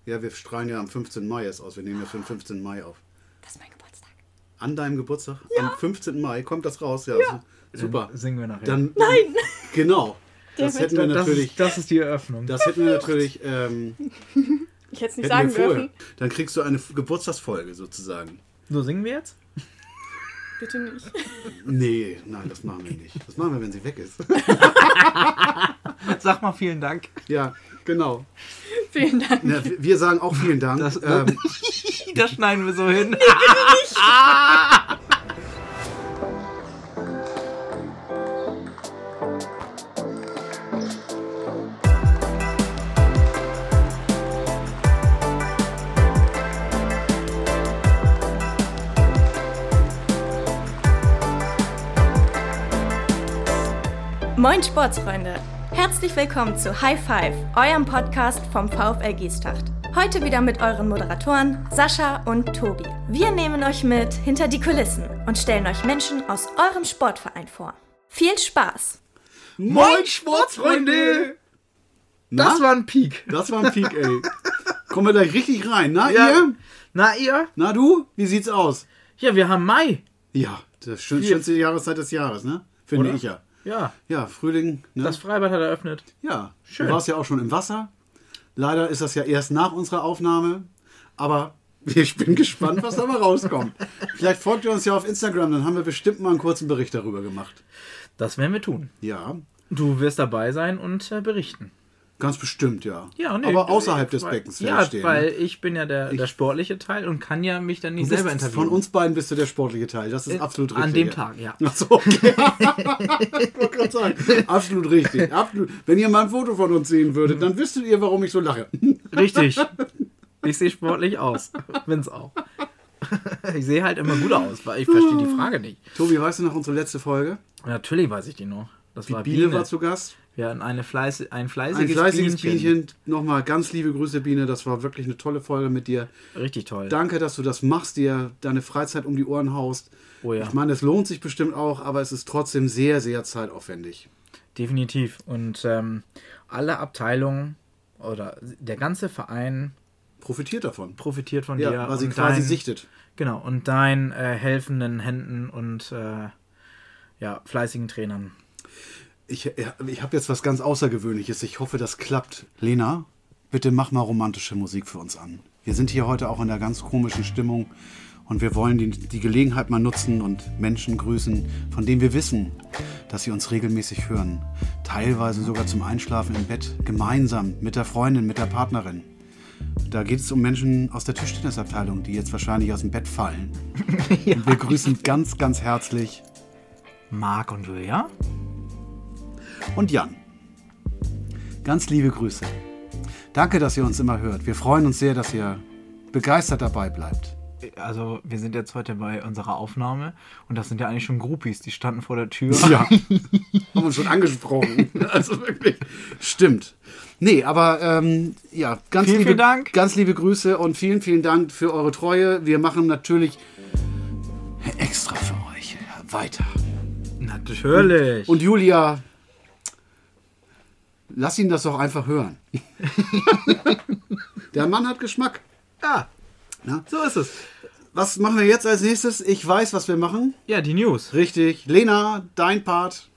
Ja, wir strahlen ja am 15. Mai erst aus. Wir nehmen ja für den 15. Mai auf. Das ist mein Geburtstag. An deinem Geburtstag? Ja. Am 15. Mai kommt das raus? Ja, Ja. Super. Dann singen wir nachher. Dann, Nein! Genau. Das hätten wir natürlich... Das ist die Eröffnung. Das hätten wir natürlich... Ich hätte es nicht hätten sagen wir vorher. dürfen. Dann kriegst du eine Geburtstagsfolge sozusagen. So, singen wir jetzt? Bitte nicht. Nee, nein, das machen wir nicht. Das machen wir, wenn sie weg ist. Sag mal vielen Dank. Ja, genau. Vielen Dank. Ja, wir sagen auch vielen Dank. Das schneiden wir so hin. Moin Sportsfreunde! Herzlich willkommen zu High Five, eurem Podcast vom VfL Giestacht. Heute wieder mit euren Moderatoren Sascha und Tobi. Wir nehmen euch mit hinter die Kulissen und stellen euch Menschen aus eurem Sportverein vor. Viel Spaß! Moin Sportsfreunde! Das war ein Peak. Das war ein Peak, ey. Kommen wir gleich richtig rein. Na, Ja. ihr? Na, ihr? Na, du? Wie sieht's aus? Ja, wir haben Mai. Ja, das schönste Jahreszeit des Jahres, ne? Finde Oder? ich ja. Ja, Ja, Frühling, ne? das Freibad hat eröffnet. Ja, Schön. du warst ja auch schon im Wasser. Leider ist das ja erst nach unserer Aufnahme. Aber ich bin gespannt, was dabei rauskommt. Vielleicht folgt ihr uns ja auf Instagram, dann haben wir bestimmt mal einen kurzen Bericht darüber gemacht. Das werden wir tun. Ja, Du wirst dabei sein und berichten. ganz bestimmt, ja. Ja, nee, aber außerhalb des weil- Beckens Ja, werde ich stehen. weil Ne? ich bin ja der sportliche Teil und kann ja mich dann nicht Du bist, selber interviewen. von uns beiden bist du der sportliche Teil. Das ist absolut richtig. An dem Tag, ja. Ach so, okay. Ich wollte gerade sagen, absolut richtig. Absolut. Wenn ihr mal ein Foto von uns sehen würdet, dann wüsstet ihr, warum ich so lache. Richtig. Ich sehe sportlich aus. Bin's auch. Ich sehe halt immer gut aus, weil ich verstehe die Frage nicht. Tobi, weißt du noch unsere letzte Folge? Natürlich weiß ich die noch. Das war Biene war zu Gast. Ja, und ein fleißiges Ein fleißiges Bienchen. Nochmal ganz liebe Grüße, Biene. Das war wirklich eine tolle Folge mit dir. Richtig toll. Danke, dass du das machst, dir deine Freizeit um die Ohren haust. Oh ja. Ich meine, es lohnt sich bestimmt auch, aber es ist trotzdem sehr, sehr zeitaufwendig. Definitiv. Und alle Abteilungen oder der ganze Verein Profitiert davon. profitiert von Ja, dir. weil sie und quasi sichtet. Genau, und deinen helfenden Händen und fleißigen Trainern. Ich habe jetzt was ganz Außergewöhnliches. Ich hoffe, das klappt. Lena, bitte mach mal romantische Musik für uns an. Wir sind hier heute auch in einer ganz komischen Stimmung und wir wollen die Gelegenheit mal nutzen und Menschen grüßen, von denen wir wissen, dass sie uns regelmäßig hören. Teilweise sogar zum Einschlafen im Bett, gemeinsam mit der Freundin, mit der Partnerin. Da geht es um Menschen aus der Tischtennisabteilung, die jetzt wahrscheinlich aus dem Bett fallen. Und wir grüßen ganz, ganz herzlich Marc und Julia? und Jan. Ganz liebe Grüße. Danke, dass ihr uns immer hört. Wir freuen uns sehr, dass ihr begeistert dabei bleibt. Also, wir sind jetzt heute bei unserer Aufnahme und das sind ja eigentlich schon Groupies, die standen vor der Tür. Ja, haben uns schon angesprochen. Also wirklich, stimmt. Nee, aber ganz Vielen Dank. Ganz liebe Grüße und vielen, vielen Dank für eure Treue. Wir machen natürlich extra für euch weiter. Natürlich. Und Julia, lass ihn das doch einfach hören. Der Mann hat Geschmack. ja, Na? so ist es. Was machen wir jetzt als nächstes? Ich weiß, was wir machen. Ja, die News. Richtig. Lena, dein Part.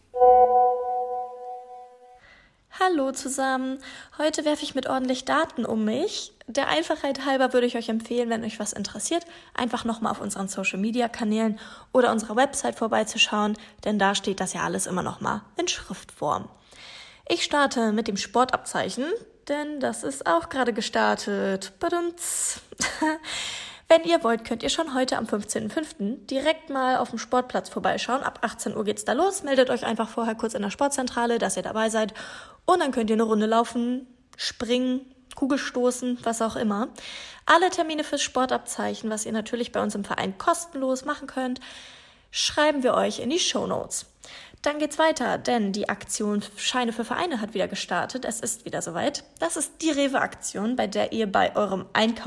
Hallo zusammen. Heute werfe ich mit ordentlich Daten um mich. Der Einfachheit halber würde ich euch empfehlen, wenn euch was interessiert, einfach nochmal auf unseren Social-Media-Kanälen oder unserer Website vorbeizuschauen, denn da steht das ja alles immer nochmal in Schriftform. Ich starte mit dem Sportabzeichen, denn das ist auch gerade gestartet. Badumts. Wenn ihr wollt, könnt ihr schon heute am 15.05. direkt mal auf dem Sportplatz vorbeischauen. Ab 18 Uhr geht's da los. Meldet euch einfach vorher kurz in der Sportzentrale, dass ihr dabei seid. Und dann könnt ihr eine Runde laufen, springen, Kugelstoßen, was auch immer. Alle Termine fürs Sportabzeichen, was ihr natürlich bei uns im Verein kostenlos machen könnt, schreiben wir euch in die Shownotes. Dann geht's weiter, denn die Aktion Scheine für Vereine hat wieder gestartet. Es ist wieder soweit. Das ist die Rewe-Aktion, bei der ihr bei eurem Einkauf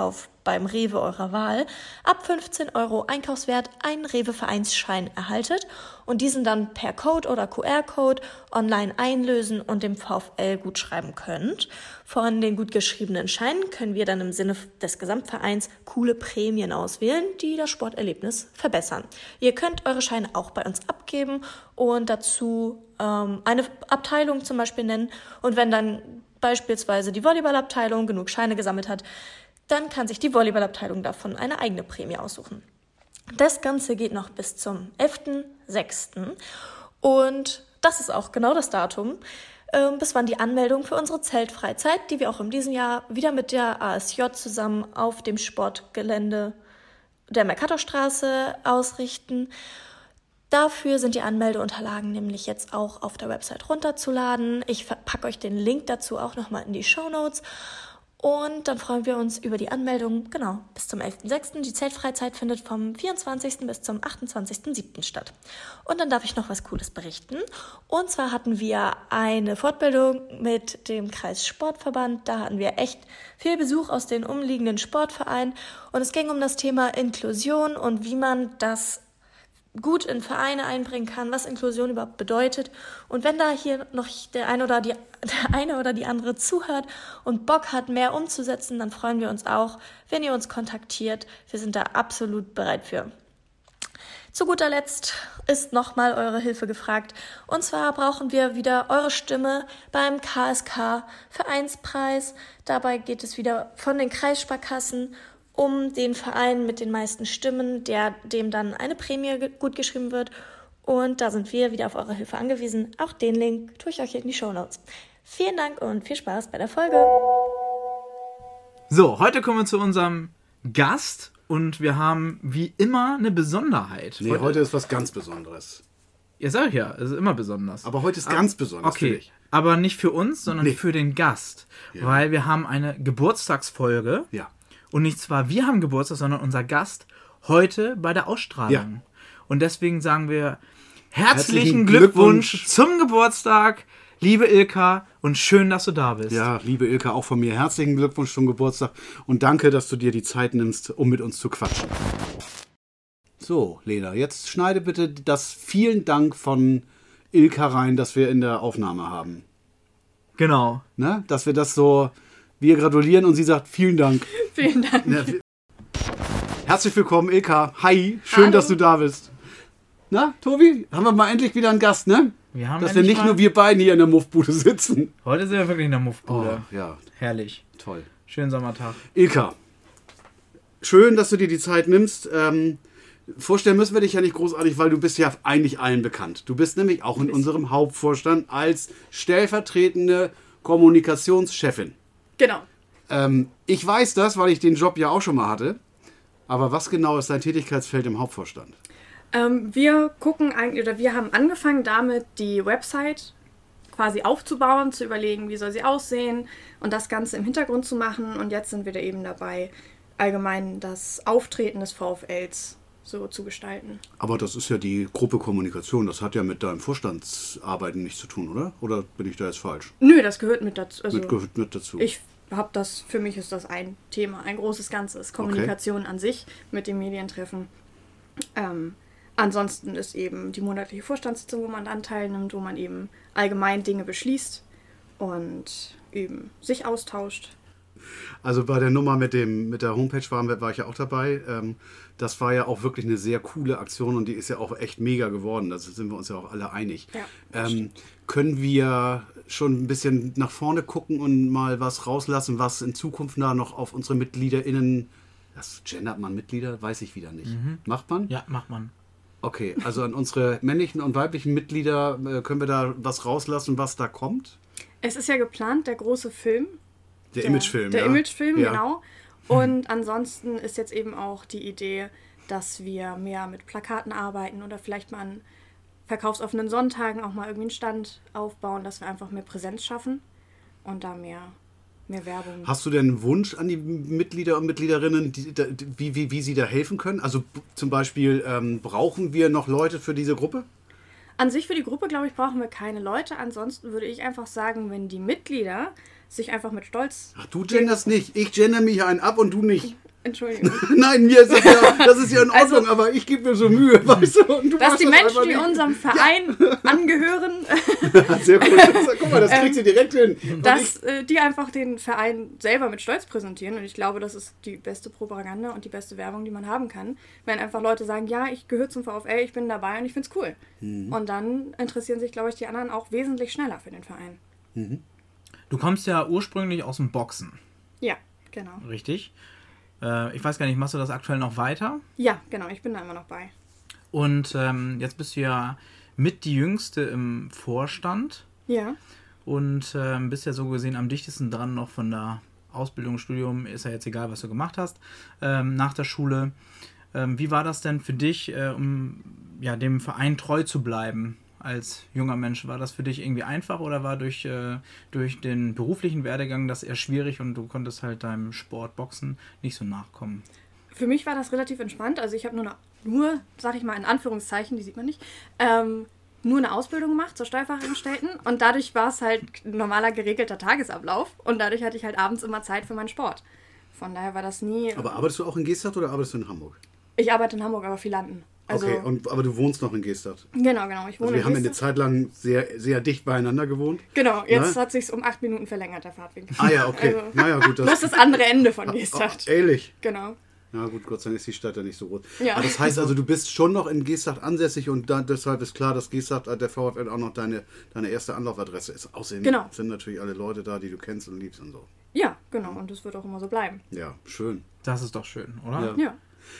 beim Rewe eurer Wahl ab 15 € Einkaufswert einen Rewe-Vereinsschein erhaltet und diesen dann per Code oder QR-Code online einlösen und dem VfL gut schreiben könnt. Von den gut geschriebenen Scheinen können wir dann im Sinne des Gesamtvereins coole Prämien auswählen, die das Sporterlebnis verbessern. Ihr könnt eure Scheine auch bei uns abgeben und dazu eine Abteilung zum Beispiel nennen. Und wenn dann beispielsweise die Volleyballabteilung genug Scheine gesammelt hat, dann kann sich die Volleyballabteilung davon eine eigene Prämie aussuchen. Das Ganze geht noch bis zum 11.06. Und das ist auch genau das Datum, bis wann die Anmeldung für unsere Zeltfreizeit, die wir auch in diesem Jahr wieder mit der ASJ zusammen auf dem Sportgelände der Mercatorstraße ausrichten. Dafür sind die Anmeldeunterlagen nämlich jetzt auch auf der Website runterzuladen. Ich packe euch den Link dazu auch nochmal in die Shownotes. Und dann freuen wir uns über die Anmeldung, genau, bis zum 11.06. Die Zeltfreizeit findet vom 24. bis zum 28.07. statt. Und dann darf ich noch was Cooles berichten. Und zwar hatten wir eine Fortbildung mit dem Kreissportverband. Da hatten wir echt viel Besuch aus den umliegenden Sportvereinen. Und es ging um das Thema Inklusion und wie man das gut in Vereine einbringen kann, was Inklusion überhaupt bedeutet. Und wenn da hier noch der eine oder die andere zuhört und Bock hat, mehr umzusetzen, dann freuen wir uns auch, wenn ihr uns kontaktiert. Wir sind da absolut bereit für. Zu guter Letzt ist nochmal eure Hilfe gefragt. Und zwar brauchen wir wieder eure Stimme beim KSK Vereinspreis. Dabei geht es wieder von den Kreissparkassen um den Verein mit den meisten Stimmen, dem dann eine Prämie gut geschrieben wird. Und da sind wir wieder auf eure Hilfe angewiesen. Auch den Link tue ich euch in die Shownotes. Vielen Dank und viel Spaß bei der Folge. So, heute kommen wir zu unserem Gast und wir haben wie immer eine Besonderheit. Nee, heute ist was ganz Besonderes. Ja, sag ich ja, es ist immer besonders. Aber heute ist ganz besonders. Okay, aber nicht für uns, sondern für den Gast. Ja. Weil wir haben eine Geburtstagsfolge. Ja. Und nicht zwar wir haben Geburtstag, sondern unser Gast heute bei der Ausstrahlung. Ja. Und deswegen sagen wir herzlichen Glückwunsch zum Geburtstag, liebe Ilka, und schön, dass du da bist. Ja, liebe Ilka, auch von mir herzlichen Glückwunsch zum Geburtstag und danke, dass du dir die Zeit nimmst, um mit uns zu quatschen. So, Lena, jetzt schneide bitte das vielen Dank von Ilka rein, das wir in der Aufnahme haben. Genau. Ne? Dass wir das so... Wir gratulieren und sie sagt, vielen Dank. Vielen Dank. Ja, herzlich willkommen, Ilka. Hi, schön, dass du da bist. Na, Tobi, haben wir mal endlich wieder einen Gast, ne? Dass wir nicht nur wir beiden hier in der Muffbude sitzen. Heute sind wir wirklich in der Muffbude. Oh, ja. Herrlich. Toll. Schönen Sommertag. Ilka, schön, dass du dir die Zeit nimmst. Vorstellen müssen wir dich ja nicht großartig, weil du bist ja eigentlich allen bekannt. Du bist nämlich auch in unserem Hauptvorstand als stellvertretende Kommunikationschefin. Genau. Ich weiß das, weil ich den Job ja auch schon mal hatte. Aber was genau ist dein Tätigkeitsfeld im Hauptvorstand? Wir haben angefangen damit, die Website quasi aufzubauen, zu überlegen, wie soll sie aussehen und das Ganze im Hintergrund zu machen. Und jetzt sind wir da eben dabei, allgemein das Auftreten des VfLs so zu gestalten. Aber das ist ja die Gruppe Kommunikation. Das hat ja mit deinem Vorstandsarbeiten nichts zu tun, oder? Oder bin ich da jetzt falsch? Nö, das gehört mit dazu. Gehört mit dazu. Für mich ist das ein Thema, ein großes Ganzes. Kommunikation an sich mit dem Medientreffen. Ansonsten ist eben die monatliche Vorstandssitzung, wo man dann teilnimmt, wo man eben allgemein Dinge beschließt und eben sich austauscht. Also bei der Nummer mit der Homepage war ich ja auch dabei. Das war ja auch wirklich eine sehr coole Aktion und die ist ja auch echt mega geworden. Da sind wir uns ja auch alle einig. Ja, können wir schon ein bisschen nach vorne gucken und mal was rauslassen, was in Zukunft da noch auf unsere MitgliederInnen, das gendert man Mitglieder, weiß ich wieder nicht. Macht man? Ja, macht man. Okay, also an unsere männlichen und weiblichen Mitglieder können wir da was rauslassen, was da kommt? Es ist ja geplant, der große Film. Der Imagefilm, Der ja. Imagefilm, ja. Genau. Und ansonsten ist jetzt eben auch die Idee, dass wir mehr mit Plakaten arbeiten oder vielleicht mal an verkaufsoffenen Sonntagen auch mal irgendwie einen Stand aufbauen, dass wir einfach mehr Präsenz schaffen und da mehr Werbung. Hast du denn einen Wunsch an die Mitglieder und Mitgliederinnen, wie sie da helfen können? Also zum Beispiel, brauchen wir noch Leute für diese Gruppe? An sich für die Gruppe, glaube ich, brauchen wir keine Leute. Ansonsten würde ich einfach sagen, wenn die Mitglieder sich einfach mit Stolz... Ach, du genderst nicht. Ich gender mich einen ab und du nicht. Entschuldigung. Nein, das ist ja in Ordnung, aber ich gebe mir so Mühe, weißt du? Und du dass die Menschen, die nicht. unserem Verein angehören, Sehr gut. Guck mal, das kriegt sie direkt hin. dass die einfach den Verein selber mit Stolz präsentieren. Und ich glaube, das ist die beste Propaganda und die beste Werbung, die man haben kann. Wenn einfach Leute sagen, ja, ich gehöre zum VfL, ich bin dabei und ich finde es cool. Und dann interessieren sich, glaube ich, die anderen auch wesentlich schneller für den Verein. Du kommst ja ursprünglich aus dem Boxen. Ja, genau. Richtig? Ich weiß gar nicht, machst du das aktuell noch weiter? Ja, genau, ich bin da immer noch bei. Und jetzt bist du ja mit die Jüngste im Vorstand. Ja. Und bist ja so gesehen am dichtesten dran noch von der Ausbildung, Studium, ist ja jetzt egal, was du gemacht hast, nach der Schule. Wie war das denn für dich, um ja, dem Verein treu zu bleiben als junger Mensch? War das für dich irgendwie einfach oder war durch den beruflichen Werdegang das eher schwierig und du konntest halt deinem Sport, Boxen nicht so nachkommen? Für mich war das relativ entspannt. Also ich habe nur, sag ich mal in Anführungszeichen, die sieht man nicht, nur eine Ausbildung gemacht zur Steuerfachangestellten und dadurch war es halt ein normaler geregelter Tagesablauf und dadurch hatte ich halt abends immer Zeit für meinen Sport. Von daher war das nie... Aber arbeitest du auch in Gstaad oder arbeitest du in Hamburg? Ich arbeite in Hamburg, aber viel landen. Also, okay, aber du wohnst noch in Gstaad? Genau, ich wohne also wir haben eine Zeit lang sehr, sehr dicht beieinander gewohnt. Genau, jetzt hat es sich um 8 Minuten verlängert, der Fahrtweg. Ah ja, okay. Also, naja, gut. Das ist das andere Ende von Gstaad. Ehrlich? Genau. Ja gut, Gott sei Dank ist die Stadt ja nicht so groß. Ja. Aber das heißt also, du bist schon noch in Gstaad ansässig und deshalb ist klar, dass Gstaad, der VfL auch noch deine erste Anlaufadresse ist. Außerdem sind natürlich alle Leute da, die du kennst und liebst und so. Ja, genau. Und das wird auch immer so bleiben. Ja, schön. Das ist doch schön, oder? Ja.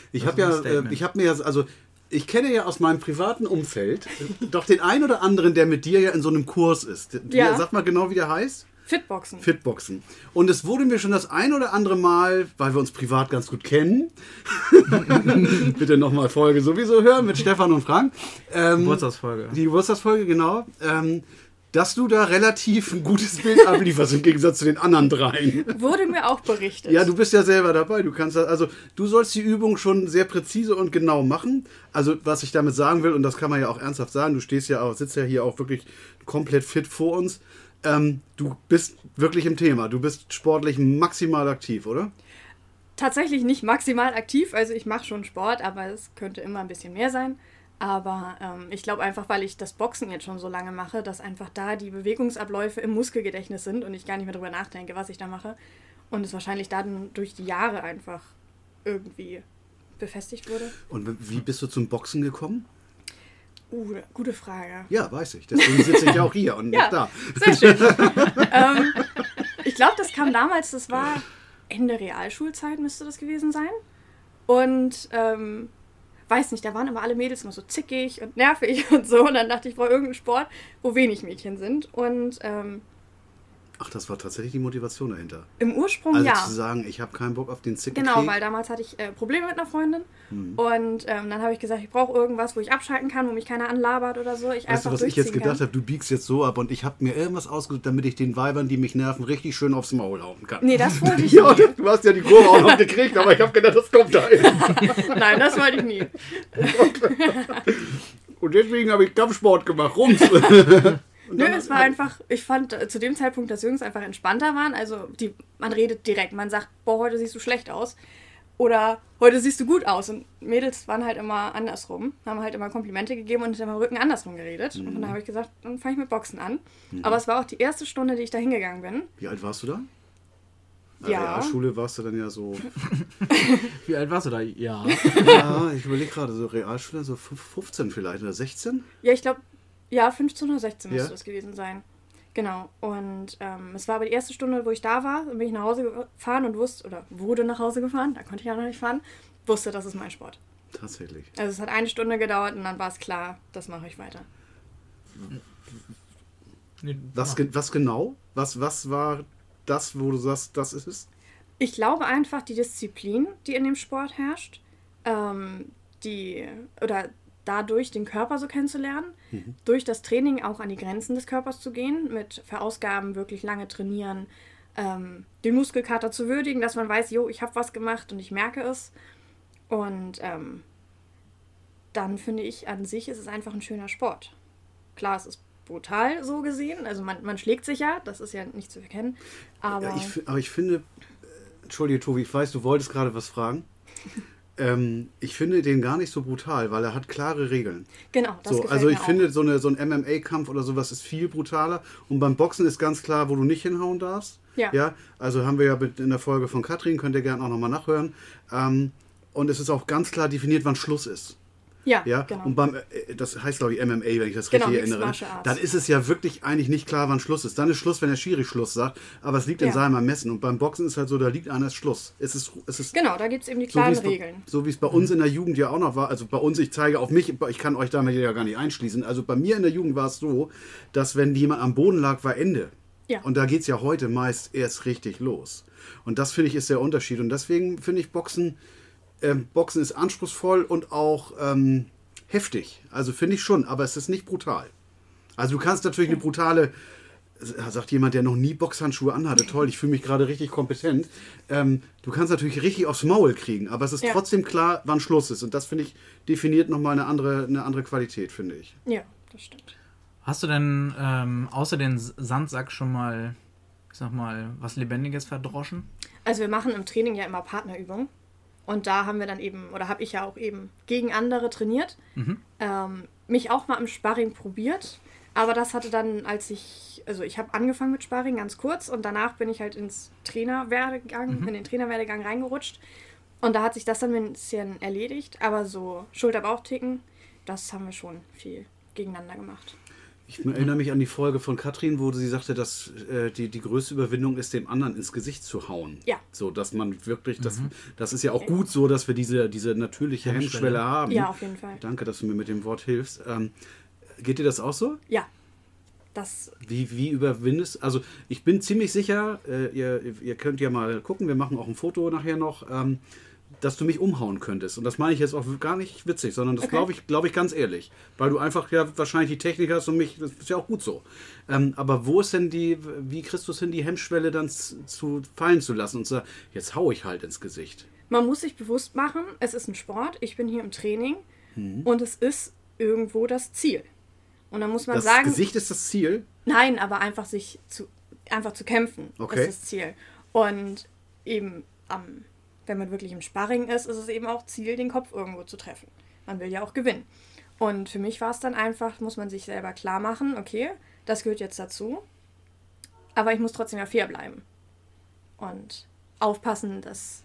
Ich kenne ja aus meinem privaten Umfeld doch den einen oder anderen, der mit dir ja in so einem Kurs ist. Ja. Sag mal genau, wie der heißt. Fitboxen. Und es wurde mir schon das ein oder andere Mal, weil wir uns privat ganz gut kennen, bitte nochmal Folge sowieso hören mit Stefan und Frank. Geburtstagsfolge. Die Geburtstagsfolge, genau. Dass du da relativ ein gutes Bild ablieferst im Gegensatz zu den anderen dreien. Wurde mir auch berichtet. Ja, du bist ja selber dabei. Du sollst die Übung schon sehr präzise und genau machen. Also, was ich damit sagen will, und das kann man ja auch ernsthaft sagen, du sitzt ja hier auch wirklich komplett fit vor uns. Du bist wirklich im Thema. Du bist sportlich maximal aktiv, oder? Tatsächlich nicht maximal aktiv. Also ich mache schon Sport, aber es könnte immer ein bisschen mehr sein. Aber ich glaube einfach, weil ich das Boxen jetzt schon so lange mache, dass einfach da die Bewegungsabläufe im Muskelgedächtnis sind und ich gar nicht mehr drüber nachdenke, was ich da mache. Und es wahrscheinlich dann durch die Jahre einfach irgendwie befestigt wurde. Und wie bist du zum Boxen gekommen? Gute Frage. Ja, weiß ich. Deswegen sitze ich ja auch hier und nicht da. Sehr schön. Ich glaube, das kam damals, das war Ende Realschulzeit müsste das gewesen sein. Und weiß nicht, da waren immer alle Mädels immer so zickig und nervig und so. Und dann dachte ich brauche irgendeinen Sport, wo wenig Mädchen sind. Und ach, das war tatsächlich die Motivation dahinter. Im Ursprung also ja. zu sagen, ich habe keinen Bock auf den Zickenkrieg. Genau, weil damals hatte ich Probleme mit einer Freundin. Und dann habe ich gesagt, ich brauche irgendwas, wo ich abschalten kann, wo mich keiner anlabert oder so. Weißt du, was ich jetzt gedacht habe? Du biegst jetzt so ab und ich habe mir irgendwas ausgesucht, damit ich den Weibern, die mich nerven, richtig schön aufs Maul hauen kann. Nee, das wollte ich ja, nie. Du hast ja die Kurve auch noch gekriegt, aber ich habe gedacht, das kommt da hin. Nein, das wollte ich nie. Und deswegen habe ich Kampfsport gemacht. Rums. Nö, es war einfach, ich fand zu dem Zeitpunkt, dass Jungs einfach entspannter waren. Also man redet direkt, man sagt, boah, heute siehst du schlecht aus. Oder heute siehst du gut aus. Und Mädels waren halt immer andersrum, haben halt immer Komplimente gegeben und hinter meinem Rücken andersrum geredet. Und dann habe ich gesagt, dann fange ich mit Boxen an. Aber es war auch die erste Stunde, die ich da hingegangen bin. Wie alt warst du da? Ja. Realschule warst du dann ja so... Wie alt warst du da? Ja. Ja, ich überlege gerade, so Realschule, so 15 vielleicht oder 16? Ja, ich glaube, 15 oder 16 müsste das gewesen sein. Genau. Und es war aber die erste Stunde, wo ich da war. Dann bin ich nach Hause gefahren und wurde nach Hause gefahren. Da konnte ich ja noch nicht fahren. Wusste, das ist mein Sport. Tatsächlich. Also es hat 1 Stunde gedauert und dann war es klar, das mache ich weiter. Was genau? Was war das, wo du sagst, das ist es? Ich glaube einfach, die Disziplin, die in dem Sport herrscht, dadurch den Körper so kennenzulernen, durch das Training auch an die Grenzen des Körpers zu gehen, mit Verausgaben wirklich lange trainieren, den Muskelkater zu würdigen, dass man weiß, ich habe was gemacht und ich merke es. Und dann finde ich, an sich ist es einfach ein schöner Sport. Klar, es ist brutal so gesehen, also man schlägt sich ja, das ist ja nicht zu verkennen. Aber ich finde, Entschuldige, Tobi, ich weiß, du wolltest gerade was fragen. Ich finde den gar nicht so brutal, weil er hat klare Regeln. Genau, das gefällt also ich mir auch. finde, so ein MMA-Kampf oder sowas ist viel brutaler. Und beim Boxen ist ganz klar, wo du nicht hinhauen darfst. Ja. Also haben wir ja in der Folge von Katrin, könnt ihr gerne auch nochmal nachhören. Und es ist auch ganz klar definiert, wann Schluss ist. Ja, genau. Und das heißt, glaube ich, MMA, wenn ich das genau, richtig erinnere. Dann ist es ja wirklich eigentlich nicht klar, wann Schluss ist. Dann ist Schluss, wenn der Schiri Schluss sagt, aber es liegt in seinem Ermessen. Und beim Boxen ist halt so, da liegt einer Schluss. Es ist genau, da gibt es eben die klaren Regeln. So wie es bei uns in der Jugend ja auch noch war. Also bei uns, ich zeige auf mich, ich kann euch damit ja gar nicht einschließen. Also bei mir in der Jugend war es so, dass wenn jemand am Boden lag, war Ende. Ja. Und da geht es ja heute meist erst richtig los. Und das, finde ich, ist der Unterschied. Und deswegen finde ich Boxen ist anspruchsvoll und auch heftig. Also finde ich schon, aber es ist nicht brutal. Also du kannst natürlich eine brutale, sagt jemand, der noch nie Boxhandschuhe anhatte, toll, ich fühle mich gerade richtig kompetent. Du kannst natürlich richtig aufs Maul kriegen, aber es ist trotzdem klar, wann Schluss ist. Und das, finde ich, definiert nochmal eine andere Qualität, finde ich. Ja, das stimmt. Hast du denn außer den Sandsack schon mal, ich sag mal, was Lebendiges verdroschen? Also wir machen im Training ja immer Partnerübungen. Und da haben wir dann eben, oder habe ich ja auch eben gegen andere trainiert. Mich auch mal im Sparring probiert. Aber das hatte dann, ich habe angefangen mit Sparring ganz kurz und danach bin ich halt in den Trainerwerdegang reingerutscht. Und da hat sich das dann ein bisschen erledigt. Aber so Schulter-Bauch-Ticken, das haben wir schon viel gegeneinander gemacht. Ich erinnere mich an die Folge von Katrin, wo sie sagte, dass die größte Überwindung ist, dem anderen ins Gesicht zu hauen. Ja. So, dass man wirklich, das ist ja auch gut so, dass wir diese natürliche Hemmschwelle haben. Ja, auf jeden Fall. Danke, dass du mir mit dem Wort hilfst. Geht dir das auch so? Ja. Wie überwindest? Also ich bin ziemlich sicher, ihr könnt ja mal gucken, wir machen auch ein Foto nachher noch, dass du mich umhauen könntest. Und das meine ich jetzt auch gar nicht witzig, sondern das glaube ich ganz ehrlich. Weil du einfach wahrscheinlich die Technik hast und mich, das ist ja auch gut so. Aber wo ist denn wie kriegst du es hin, die Hemmschwelle dann fallen zu lassen und zu sagen, jetzt hau ich halt ins Gesicht? Man muss sich bewusst machen, es ist ein Sport, ich bin hier im Training und es ist irgendwo das Ziel. Und dann muss man sagen... Das Gesicht ist das Ziel? Nein, aber einfach zu kämpfen ist das Ziel. Und eben wenn man wirklich im Sparring ist es eben auch Ziel, den Kopf irgendwo zu treffen. Man will ja auch gewinnen. Und für mich war es dann einfach, muss man sich selber klar machen, okay, das gehört jetzt dazu, aber ich muss trotzdem ja fair bleiben. Und aufpassen,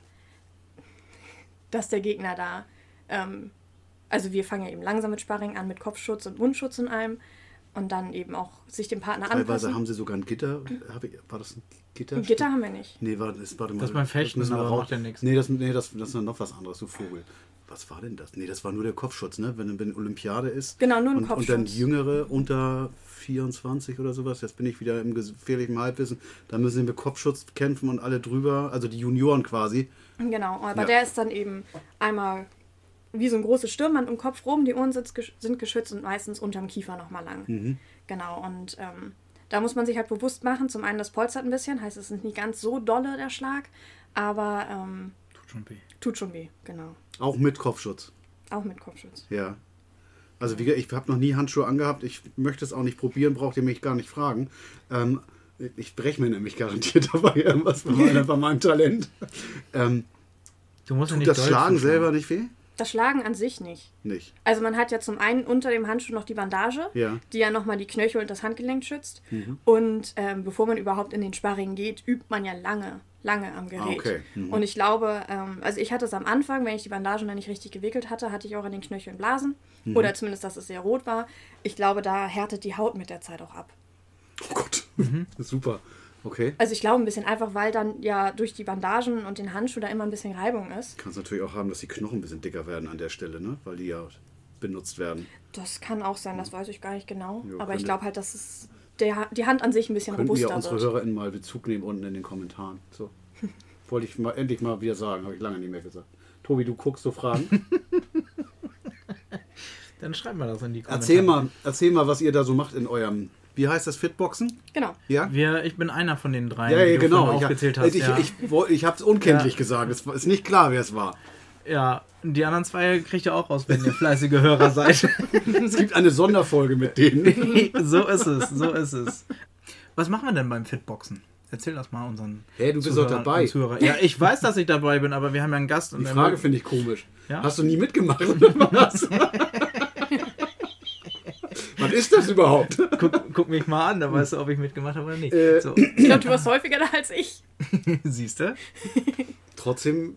dass der Gegner da, also wir fangen ja eben langsam mit Sparring an, mit Kopfschutz und Mundschutz in allem. Und dann eben auch sich dem Partner anpassen. Teilweise haben sie sogar ein Gitter. War das ein Gitter? Ein Gitter haben wir nicht. Nee, warte mal. Das ist beim Fechten, aber macht ja nichts. Nee, das ist noch was anderes, du Vogel. Was war denn das? Nee, das war nur der Kopfschutz, ne? Wenn Olympiade ist. Genau, nur ein Kopfschutz. Und dann Jüngere unter 24 oder sowas, jetzt bin ich wieder im gefährlichen Halbwissen, da müssen sie mit Kopfschutz kämpfen und alle drüber, also die Junioren quasi. Genau, aber der ist dann eben einmal wie so ein großes Stirnband im Kopf rum, die Ohren sind geschützt und meistens unterm Kiefer nochmal lang. Genau, und da muss man sich halt bewusst machen, zum einen das polstert ein bisschen, heißt es ist nicht ganz so dolle der Schlag, aber tut schon weh, genau. Auch mit Kopfschutz? Auch mit Kopfschutz. Ja. Also wie gesagt, ich habe noch nie Handschuhe angehabt, ich möchte es auch nicht probieren, braucht ihr mich gar nicht fragen. Ich breche mir nämlich garantiert dabei irgendwas bei meinem Talent. Du musst tut das Schlagen selber nicht weh? Das Schlagen an sich nicht. Also man hat ja zum einen unter dem Handschuh noch die Bandage, die ja nochmal die Knöchel und das Handgelenk schützt. Und bevor man überhaupt in den Sparring geht, übt man ja lange am Gerät. Okay. Und ich glaube, also ich hatte es am Anfang, wenn ich die Bandagen dann nicht richtig gewickelt hatte, hatte ich auch an den Knöcheln Blasen. Oder zumindest, dass es sehr rot war. Ich glaube, da härtet die Haut mit der Zeit auch ab. Oh Gott, super. Okay. Also ich glaube ein bisschen einfach, weil dann ja durch die Bandagen und den Handschuh da immer ein bisschen Reibung ist. Kann es natürlich auch haben, dass die Knochen ein bisschen dicker werden an der Stelle, ne? Weil die ja benutzt werden. Das kann auch sein, das weiß ich gar nicht genau. Jo, aber ich glaube halt, dass es die Hand an sich ein bisschen robuster wird. Können wir unsere HörerInnen mal Bezug nehmen unten in den Kommentaren. So. Wollte ich endlich mal wieder sagen, habe ich lange nicht mehr gesagt. Tobi, du guckst so Fragen. Dann schreib mal das in die Kommentare. Erzähl mal, was ihr da so macht in eurem... Wie heißt das, Fitboxen? Genau. Ja? Ich bin einer von den drei, die du aufgezählt hast. Ich habe es unkenntlich gesagt. Es ist nicht klar, wer es war. Ja, die anderen zwei kriegt ihr auch raus, wenn ihr fleißige Hörer seid. Es gibt eine Sonderfolge mit denen. So ist es. Was machen wir denn beim Fitboxen? Erzähl das mal unseren Hey, du bist doch dabei. Zuhörer. Ja, ich weiß, dass ich dabei bin, aber wir haben ja einen Gast. Und die Frage finde ich komisch. Ja? Hast du nie mitgemacht oder was? Was ist das überhaupt? Guck mich mal an, da weißt du, ob ich mitgemacht habe oder nicht. So. Ich glaube, du warst häufiger da als ich. Siehst du? Trotzdem.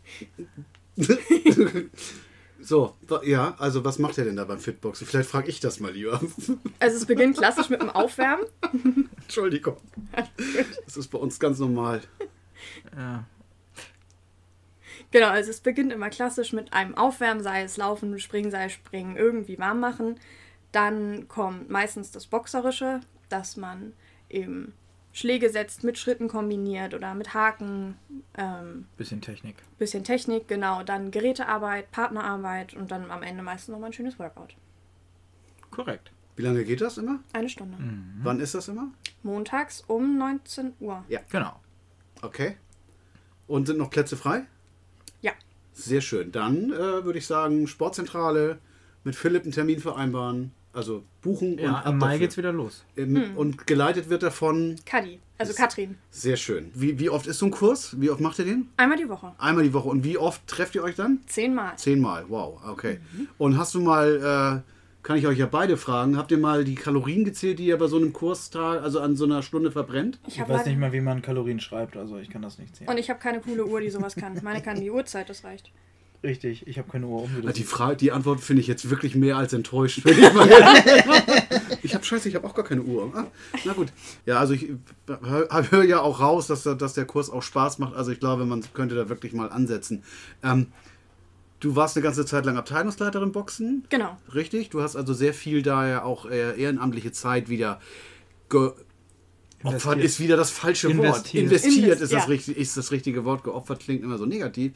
So, ja, also was macht ihr denn da beim Fitboxen? Vielleicht frage ich das mal lieber. Also es beginnt klassisch mit dem Aufwärmen. Entschuldigung. Das ist bei uns ganz normal. Ja. Genau, also es beginnt immer klassisch mit einem Aufwärmen, sei es Laufen, Springen, sei es Springen, irgendwie warm machen. Dann kommt meistens das Boxerische, dass man eben Schläge setzt, mit Schritten kombiniert oder mit Haken. Bisschen Technik. Bisschen Technik, genau. Dann Gerätearbeit, Partnerarbeit und dann am Ende meistens nochmal ein schönes Workout. Korrekt. Wie lange geht das immer? 1 Stunde. Wann ist das immer? Montags um 19 Uhr. Ja. Genau. Okay. Und sind noch Plätze frei? Ja. Sehr schön. Dann würde ich sagen, Sportzentrale mit Philipp einen Termin vereinbaren. Also buchen Ja, und im Mai dafür. geht's wieder los. Und geleitet wird davon. Kadi, also Katrin. Sehr schön. Wie oft ist so ein Kurs? Wie oft macht ihr den? Einmal die Woche. Einmal die Woche. Und wie oft trefft ihr euch dann? 10-mal. 10-mal. Wow, okay. Und hast du mal, kann ich euch ja beide fragen, habt ihr mal die Kalorien gezählt, die ihr bei so einem Kurstag, also an so einer Stunde verbrennt? Ich Ich weiß nicht mal, wie man Kalorien schreibt, also ich kann das nicht zählen. Und ich habe keine coole Uhr, die sowas kann. Meine kann die Uhrzeit, das reicht. Richtig, ich habe keine Uhr Die Antwort finde ich jetzt wirklich mehr als enttäuscht. Ich habe auch gar keine Uhr. Ah, na gut. Ja, also ich höre ja auch raus, dass der Kurs auch Spaß macht. Also ich glaube, man könnte da wirklich mal ansetzen. Du warst eine ganze Zeit lang Abteilungsleiterin Boxen. Genau. Richtig? Du hast also sehr viel da ja auch ehrenamtliche Zeit wieder geopfert ist wieder das falsche Wort. Investiert ist das richtige Wort. Geopfert klingt immer so negativ.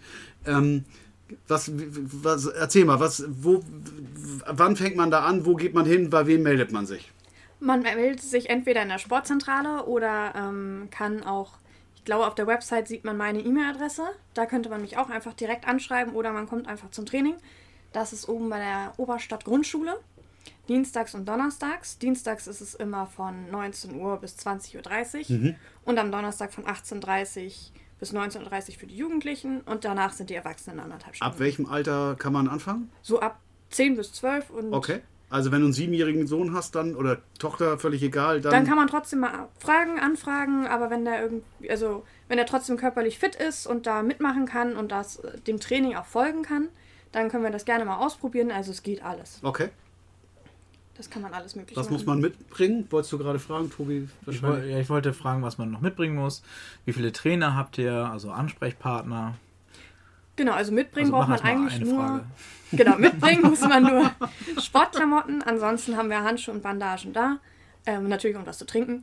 Erzähl mal, wann fängt man da an, wo geht man hin, bei wem meldet man sich? Man meldet sich entweder in der Sportzentrale oder kann auch, ich glaube auf der Website sieht man meine E-Mail-Adresse, da könnte man mich auch einfach direkt anschreiben oder man kommt einfach zum Training. Das ist oben bei der Oberstadt Grundschule, dienstags und donnerstags. Dienstags ist es immer von 19 Uhr bis 20.30 Uhr und am Donnerstag von 18.30 Uhr bis 19.30 Uhr für die Jugendlichen und danach sind die Erwachsenen 1,5 Stunden. Ab welchem Alter kann man anfangen? So ab 10 bis 12 und... Okay. Also wenn du einen 7-jährigen Sohn hast dann oder Tochter, völlig egal, dann kann man trotzdem mal anfragen, aber wenn der trotzdem körperlich fit ist und da mitmachen kann und das dem Training auch folgen kann, dann können wir das gerne mal ausprobieren. Also es geht alles. Okay. Das kann man alles mögliche Was muss man mitbringen? Wolltest du gerade fragen, Tobi? Ich wollte fragen, was man noch mitbringen muss. Wie viele Trainer habt ihr, also Ansprechpartner? Genau, also mitbringen Also braucht man eigentlich eine nur... Frage. Genau, mitbringen muss man nur Sportklamotten. Ansonsten haben wir Handschuhe und Bandagen da. Natürlich, um was zu trinken.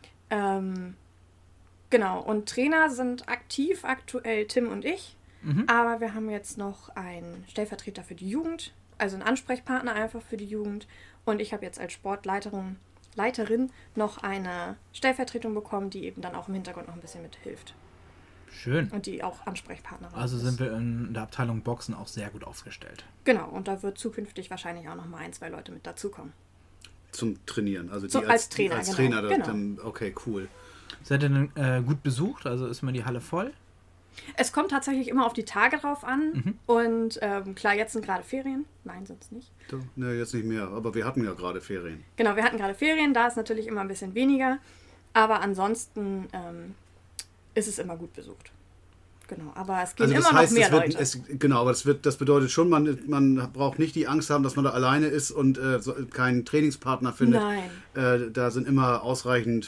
Genau, und Trainer sind aktiv, aktuell Tim und ich. Aber wir haben jetzt noch einen Stellvertreter für die Jugend, also einen Ansprechpartner einfach für die Jugend. Und ich habe jetzt als Sportleiterin noch eine Stellvertretung bekommen, die eben dann auch im Hintergrund noch ein bisschen mithilft. Schön. Und die auch Ansprechpartnerin Also ist. sind wir in der Abteilung Boxen auch sehr gut aufgestellt. Genau, und da wird zukünftig wahrscheinlich auch noch mal 1, 2 Leute mit dazukommen. Zum Trainieren, also So, die als Trainer, als genau. Trainer Genau. Dann, okay, cool. Seid ihr denn gut besucht? Also ist mal die Halle voll? Es kommt tatsächlich immer auf die Tage drauf an. Und klar, jetzt sind gerade Ferien. Nein, sonst nicht. Ne, jetzt nicht mehr, aber wir hatten ja gerade Ferien. Genau, wir hatten gerade Ferien, da ist natürlich immer ein bisschen weniger. Aber ansonsten ist es immer gut besucht. Genau, aber es gehen immer noch mehr Leute. Aber das bedeutet schon, man braucht nicht die Angst haben, dass man da alleine ist und keinen Trainingspartner findet. Nein. Da sind immer ausreichend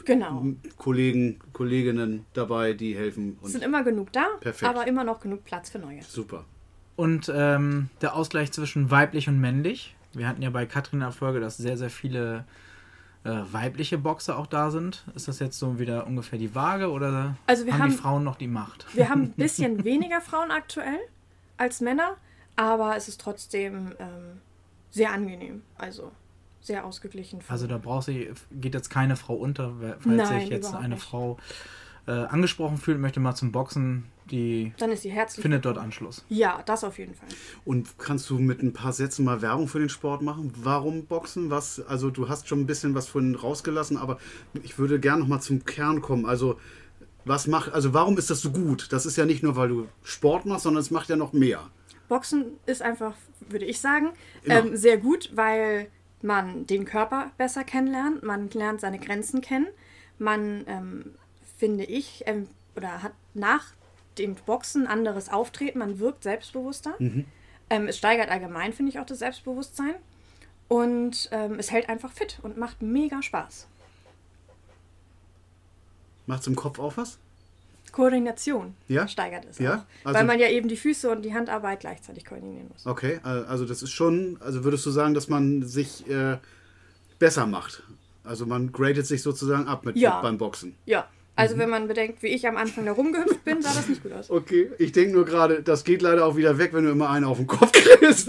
Kolleginnen dabei, die helfen. Es sind immer genug da, Perfekt. aber immer noch genug Platz für neue. Super. Und der Ausgleich zwischen weiblich und männlich. Wir hatten ja bei Katrin Erfolge, dass sehr, sehr viele weibliche Boxer auch da sind. Ist das jetzt so wieder ungefähr die Waage oder haben die Frauen noch die Macht? Wir haben ein bisschen weniger Frauen aktuell als Männer, aber es ist trotzdem sehr angenehm. Also sehr ausgeglichen. Also da geht jetzt keine Frau unter, falls Nein, sich jetzt überhaupt eine nicht. Frau angesprochen fühlt, möchte mal zum Boxen, dann ist sie herzlich findet dort Anschluss. Ja, das auf jeden Fall. Und kannst du mit ein paar Sätzen mal Werbung für den Sport machen? Warum Boxen? Also du hast schon ein bisschen was vorhin rausgelassen, aber ich würde gerne noch mal zum Kern kommen. Also warum ist das so gut? Das ist ja nicht nur, weil du Sport machst, sondern es macht ja noch mehr. Boxen ist einfach, würde ich sagen, sehr gut, weil man den Körper besser kennenlernt, man lernt seine Grenzen kennen, man, finde ich, oder hat nach dem Boxen anderes Auftreten, man wirkt selbstbewusster. Es steigert allgemein, finde ich, auch das Selbstbewusstsein und es hält einfach fit und macht mega Spaß. Macht es im Kopf auch was? Koordination steigert es auch. Also, weil man ja eben die Füße und die Handarbeit gleichzeitig koordinieren muss. Okay, also das ist schon, also würdest du sagen, dass man sich besser macht? Also man gradet sich sozusagen ab beim Boxen? Ja, also wenn man bedenkt, wie ich am Anfang da rumgehüpft bin, sah das nicht gut aus. Okay, ich denke nur gerade, das geht leider auch wieder weg, wenn du immer einen auf den Kopf kriegst.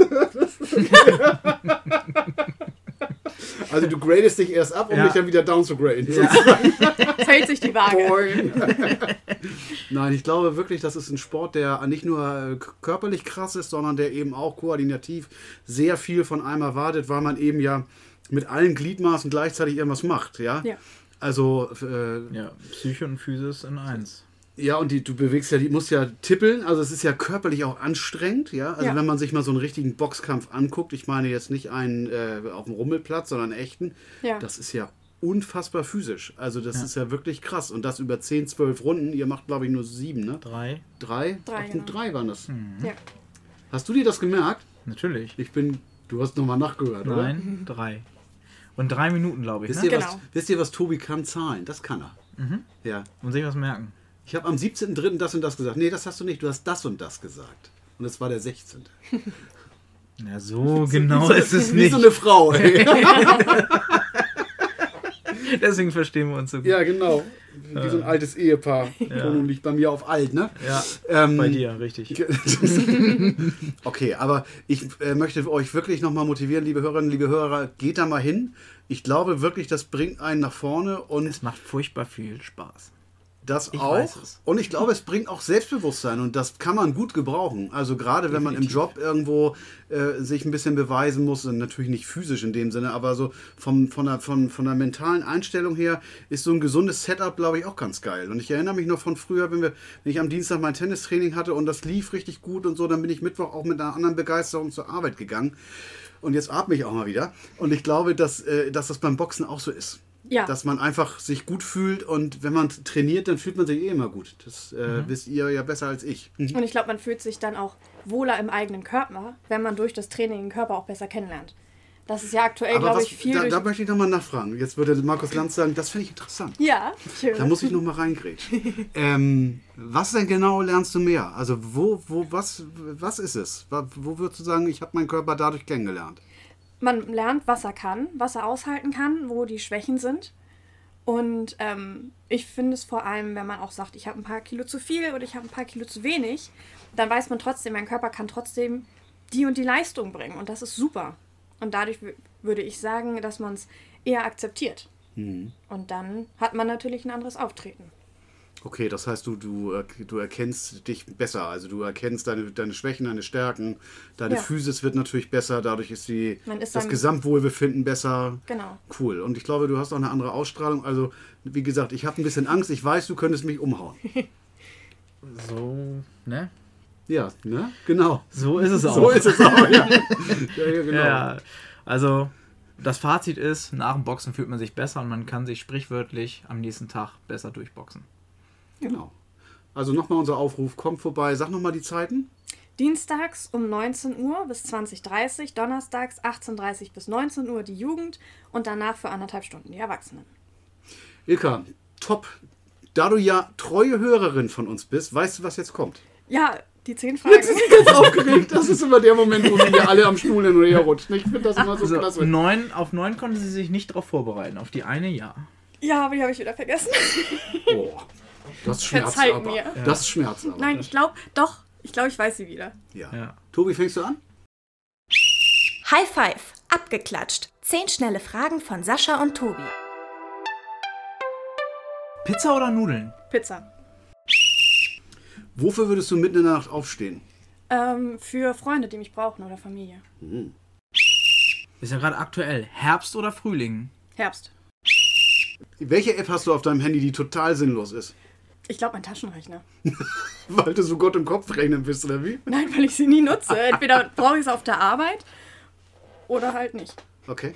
Also du gradest dich erst ab, um dich dann wieder down zu graden. Ja. Fällt sich die Waage. Nein, ich glaube wirklich, das ist ein Sport, der nicht nur körperlich krass ist, sondern der eben auch koordinativ sehr viel von einem erwartet, weil man eben ja mit allen Gliedmaßen gleichzeitig irgendwas macht. Ja. Also Psyche und Physis in eins. Ja, und du bewegst ja, die musst ja tippeln, also es ist ja körperlich auch anstrengend, ja. Also wenn man sich mal so einen richtigen Boxkampf anguckt, ich meine jetzt nicht einen auf dem Rummelplatz, sondern einen echten, das ist ja unfassbar physisch. Also das ist ja wirklich krass. Und das über 10, 12 Runden, ihr macht glaube ich nur 7, ne? 3. 3? Genau. 3 waren das. Ja. Hast du dir das gemerkt? Natürlich. Du hast nochmal nachgehört, oder? Nein, 3. Und 3 Minuten, glaube ich, Wisst ihr, was Tobi kann? Zahlen. Das kann er. Ja. Und sich was merken. Ich habe am 17.03. das und das gesagt. Nee, das hast du nicht. Du hast das und das gesagt. Und es war der 16. Ja, so genau ist es nicht. Wie so eine Frau, ey. Deswegen verstehen wir uns so gut. Ja, genau. Wie so ein altes Ehepaar. Wohnung liegt bei mir auf alt, ne? Ja, bei dir, richtig. Okay, aber ich möchte euch wirklich nochmal motivieren, liebe Hörerinnen, liebe Hörer, geht da mal hin. Ich glaube wirklich, das bringt einen nach vorne. Und es macht furchtbar viel Spaß. Das auch. Und ich glaube, es bringt auch Selbstbewusstsein und das kann man gut gebrauchen. Also gerade wenn man im Job irgendwo sich ein bisschen beweisen muss, und natürlich nicht physisch in dem Sinne, aber so von der mentalen Einstellung her ist so ein gesundes Setup, glaube ich, auch ganz geil. Und ich erinnere mich noch von früher, wenn ich am Dienstag mein Tennistraining hatte und das lief richtig gut und so, dann bin ich Mittwoch auch mit einer anderen Begeisterung zur Arbeit gegangen. Und jetzt atme ich auch mal wieder. Und ich glaube, dass das beim Boxen auch so ist. Ja. Dass man einfach sich gut fühlt und wenn man trainiert, dann fühlt man sich immer gut. Das wisst ihr ja besser als ich. Und ich glaube, man fühlt sich dann auch wohler im eigenen Körper, wenn man durch das Training den Körper auch besser kennenlernt. Das ist ja aktuell, glaube ich, viel... Da möchte ich nochmal nachfragen. Jetzt würde Markus Lanz sagen, das finde ich interessant. Ja, schön. Da muss ich nochmal reingrätschen. Was denn genau lernst du mehr? Also was ist es? Wo würdest du sagen, ich habe meinen Körper dadurch kennengelernt? Man lernt, was er kann, was er aushalten kann, wo die Schwächen sind. Und ich finde es vor allem, wenn man auch sagt, ich habe ein paar Kilo zu viel oder ich habe ein paar Kilo zu wenig, dann weiß man trotzdem, mein Körper kann trotzdem die und die Leistung bringen. Und das ist super. Und dadurch würde ich sagen, dass man es eher akzeptiert. Und dann hat man natürlich ein anderes Auftreten. Okay, das heißt, du erkennst dich besser, also du erkennst deine Schwächen, deine Stärken, deine Physis wird natürlich besser, dadurch ist das Gesamtwohlbefinden besser. Genau. Cool. Und ich glaube, du hast auch eine andere Ausstrahlung. Also, wie gesagt, ich habe ein bisschen Angst, ich weiß, du könntest mich umhauen. So, ne? Ja, ne? Genau. So ist es auch. So ist es auch, ja. Ja, genau. Ja, also... Das Fazit ist, nach dem Boxen fühlt man sich besser und man kann sich sprichwörtlich am nächsten Tag besser durchboxen. Genau. Also nochmal unser Aufruf, kommt vorbei. Sag nochmal die Zeiten. Dienstags um 19 Uhr bis 20:30 Uhr, donnerstags 18:30 Uhr bis 19 Uhr die Jugend und danach für 1,5 Stunden die Erwachsenen. Ilka, top. Da du ja treue Hörerin von uns bist, weißt du, was jetzt kommt? Ja, die 10 Fragen. Jetzt ist sie ganz aufgeregt. Das ist immer der Moment, wo wir alle am Stuhl hin und her rutschen. Ich finde das immer so klasse. Auf 9 konnte sie sich nicht darauf vorbereiten. Auf die eine, ja. Ja, aber die habe ich wieder vergessen. Oh, das schmerzt aber. Mir. Ja. Das schmerzt aber. Nein, ich glaube, ich weiß sie wieder. Ja. Tobi, fängst du an? High Five, abgeklatscht. 10 schnelle Fragen von Sascha und Tobi. Pizza oder Nudeln? Pizza. Wofür würdest du mitten in der Nacht aufstehen? Für Freunde, die mich brauchen oder Familie. Ist ja gerade aktuell. Herbst oder Frühling? Herbst. Welche App hast du auf deinem Handy, die total sinnlos ist? Ich glaube, mein Taschenrechner. Weil du so Gott im Kopf rechnen bist, oder wie? Nein, weil ich sie nie nutze. Entweder brauche ich es auf der Arbeit oder halt nicht. Okay.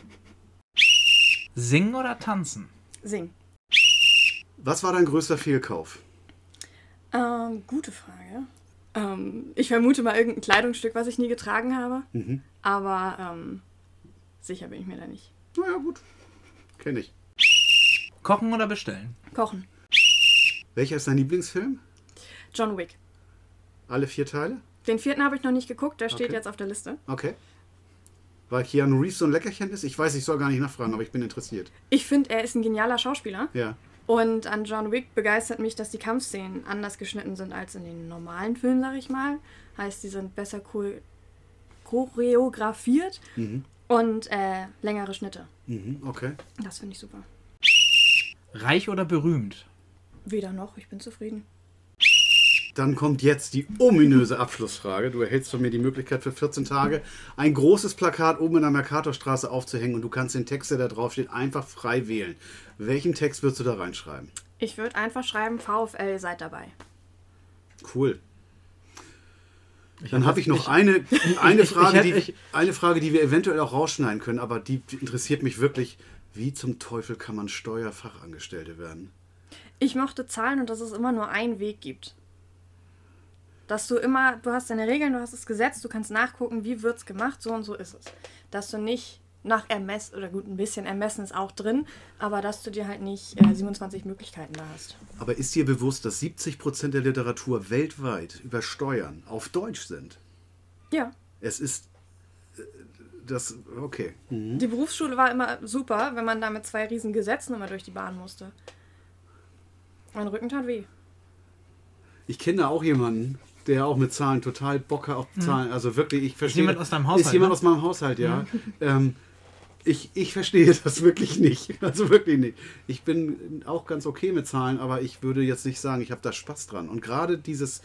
Singen oder tanzen? Singen. Was war dein größter Fehlkauf? Gute Frage. Ich vermute mal irgendein Kleidungsstück, was ich nie getragen habe. Aber sicher bin ich mir da nicht. Naja, gut. Kenn ich. Kochen oder bestellen? Kochen. Welcher ist dein Lieblingsfilm? John Wick. Alle 4 Teile? Den 4. habe ich noch nicht geguckt, der steht Okay. jetzt auf der Liste. Okay. Weil Keanu Reeves so ein Leckerchen ist? Ich weiß, ich soll gar nicht nachfragen, aber ich bin interessiert. Ich finde, er ist ein genialer Schauspieler. Ja. Und an John Wick begeistert mich, dass die Kampfszenen anders geschnitten sind als in den normalen Filmen, sag ich mal. Heißt, die sind besser choreografiert und längere Schnitte. Okay. Das finde ich super. Reich oder berühmt? Weder noch, ich bin zufrieden. Dann kommt jetzt die ominöse Abschlussfrage. Du erhältst von mir die Möglichkeit für 14 Tage ein großes Plakat oben in der Mercatorstraße aufzuhängen und du kannst den Text, der da drauf steht, einfach frei wählen. Welchen Text würdest du da reinschreiben? Ich würde einfach schreiben, VfL, seid dabei. Cool. Dann habe ich noch eine Frage, die wir eventuell auch rausschneiden können, aber die interessiert mich wirklich. Wie zum Teufel kann man Steuerfachangestellte werden? Ich mochte Zahlen und dass es immer nur einen Weg gibt. Dass du hast deine Regeln, du hast das Gesetz, du kannst nachgucken, wie wird es gemacht, so und so ist es. Dass du nicht nach Ermessen, oder gut, ein bisschen Ermessen ist auch drin, aber dass du dir halt nicht 27 Möglichkeiten da hast. Aber ist dir bewusst, dass 70% der Literatur weltweit über Steuern auf Deutsch sind? Ja. Es ist das, okay. Die Berufsschule war immer super, wenn man da mit 2 riesen Gesetzen immer durch die Bahn musste. Mein Rücken tat weh. Ich kenne auch jemanden, der auch mit Zahlen total Bock hat auf Zahlen. Also wirklich, ich verstehe. Ist jemand aus deinem Haushalt? Ist jemand aus meinem Haushalt, ja. Ich verstehe das wirklich nicht. Also wirklich nicht. Ich bin auch ganz okay mit Zahlen, aber ich würde jetzt nicht sagen, ich habe da Spaß dran. Und gerade dieses,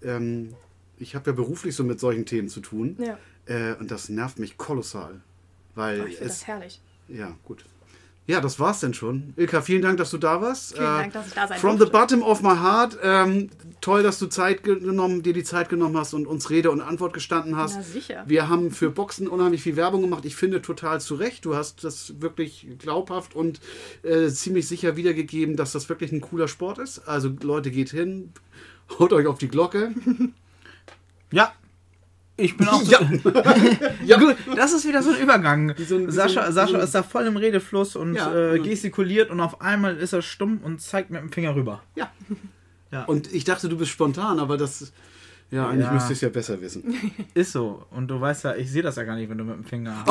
ich habe ja beruflich so mit solchen Themen zu tun. Ja. Und das nervt mich kolossal. Weil Ich finde das herrlich. Ja, gut. Ja, das war's denn schon. Ilka, vielen Dank, dass du da warst. Vielen Dank, dass ich da sein From durfte. the bottom of my heart. Toll, dass du dir die Zeit genommen hast und uns Rede und Antwort gestanden hast. Na sicher. Wir haben für Boxen unheimlich viel Werbung gemacht. Ich finde total zu Recht. Du hast das wirklich glaubhaft und ziemlich sicher wiedergegeben, dass das wirklich ein cooler Sport ist. Also Leute, geht hin, haut euch auf die Glocke. Ja. Ich bin auch... Ja. Ja, gut, das ist wieder so ein Übergang. Sascha so- ist da voll im Redefluss und Ja. gestikuliert und auf einmal ist er stumm und zeigt mit dem Finger rüber. Ja. Ja. Und ich dachte, du bist spontan, aber das... Ja, eigentlich Ja. müsste ich es ja besser wissen. Ist so. Und du weißt ja, ich sehe das ja gar nicht, wenn du mit dem Finger...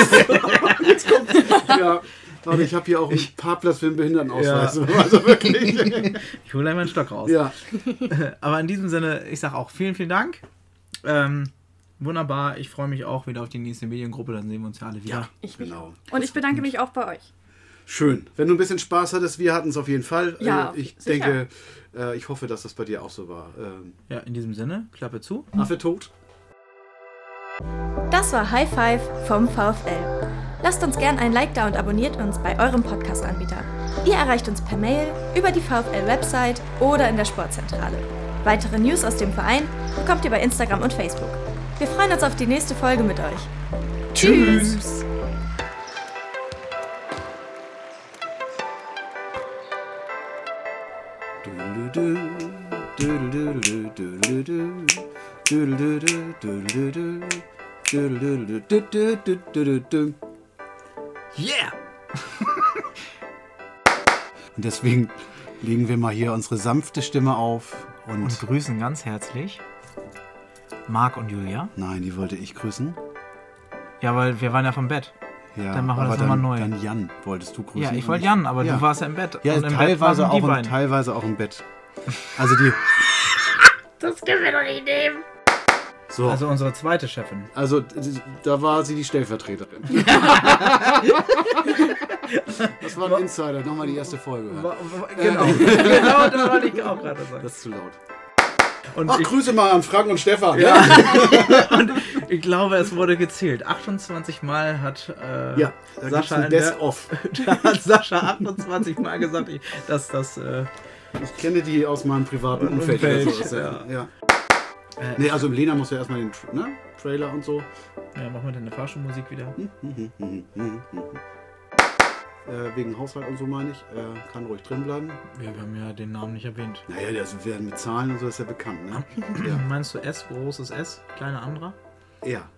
Ja, aber ich habe hier auch einen Parkplatz für den Behindertenausweis. Ja. Also wirklich. Ich hole meinen Stock raus. Ja. Aber in diesem Sinne, ich sage auch vielen, vielen Dank. Wunderbar. Ich freue mich auch wieder auf die nächste Mediengruppe. Dann sehen wir uns ja alle wieder. Ich mich Genau. auch. Und ich bedanke mich auch bei euch. Schön. Wenn du ein bisschen Spaß hattest, wir hatten es auf jeden Fall. Ja, Ich sicher. denke, ich hoffe, dass das bei dir auch so war. Ja, in diesem Sinne, Klappe zu. Affe tot. Das war High Five vom VfL. Lasst uns gern ein Like da und abonniert uns bei eurem Podcast-Anbieter. Ihr erreicht uns per Mail, über die VfL-Website oder in der Sportzentrale. Weitere News aus dem Verein bekommt ihr bei Instagram und Facebook. Wir freuen uns auf die nächste Folge mit euch. Tschüss! Yeah! Und deswegen legen wir mal hier unsere sanfte Stimme auf Und grüßen ganz herzlich Marc und Julia. Nein, die wollte ich grüßen. Ja, weil wir waren ja vom Bett. Ja, Dann machen wir aber das nochmal neu. Dann Jan wolltest du grüßen. Ja, ich und wollte Jan, aber Ja. du warst ja im Bett. Ja, Und im Bett teilweise waren die auch, beiden. teilweise auch im Bett. Also die... Das können wir doch nicht nehmen. So. Also unsere zweite Chefin. Also da war sie die Stellvertreterin. Das war ein Insider, nochmal die erste Folge. Genau, genau, das wollte ich auch gerade sagen. Das ist zu laut. Und Ach, Grüße mal an Frank und Stefan. Ja. Und ich glaube, es wurde gezählt. 28 Mal hat Ja, da Sascha gibt's ein Best-of. Da hat Sascha 28 Mal gesagt, dass das... Ich kenne die aus meinem privaten Umfeld. Oder so. Ja. Nee, also Lena muss ja erstmal den Trailer und so. Ja, machen wir denn eine Fahrschulmusik wieder? Wegen Haushalt und so meine ich. Kann ruhig drin bleiben. Ja, wir haben ja den Namen nicht erwähnt. Naja, das werden mit Zahlen und so ist ja bekannt, ne? Ja. Meinst du S, großes S, kleiner anderer? Ja.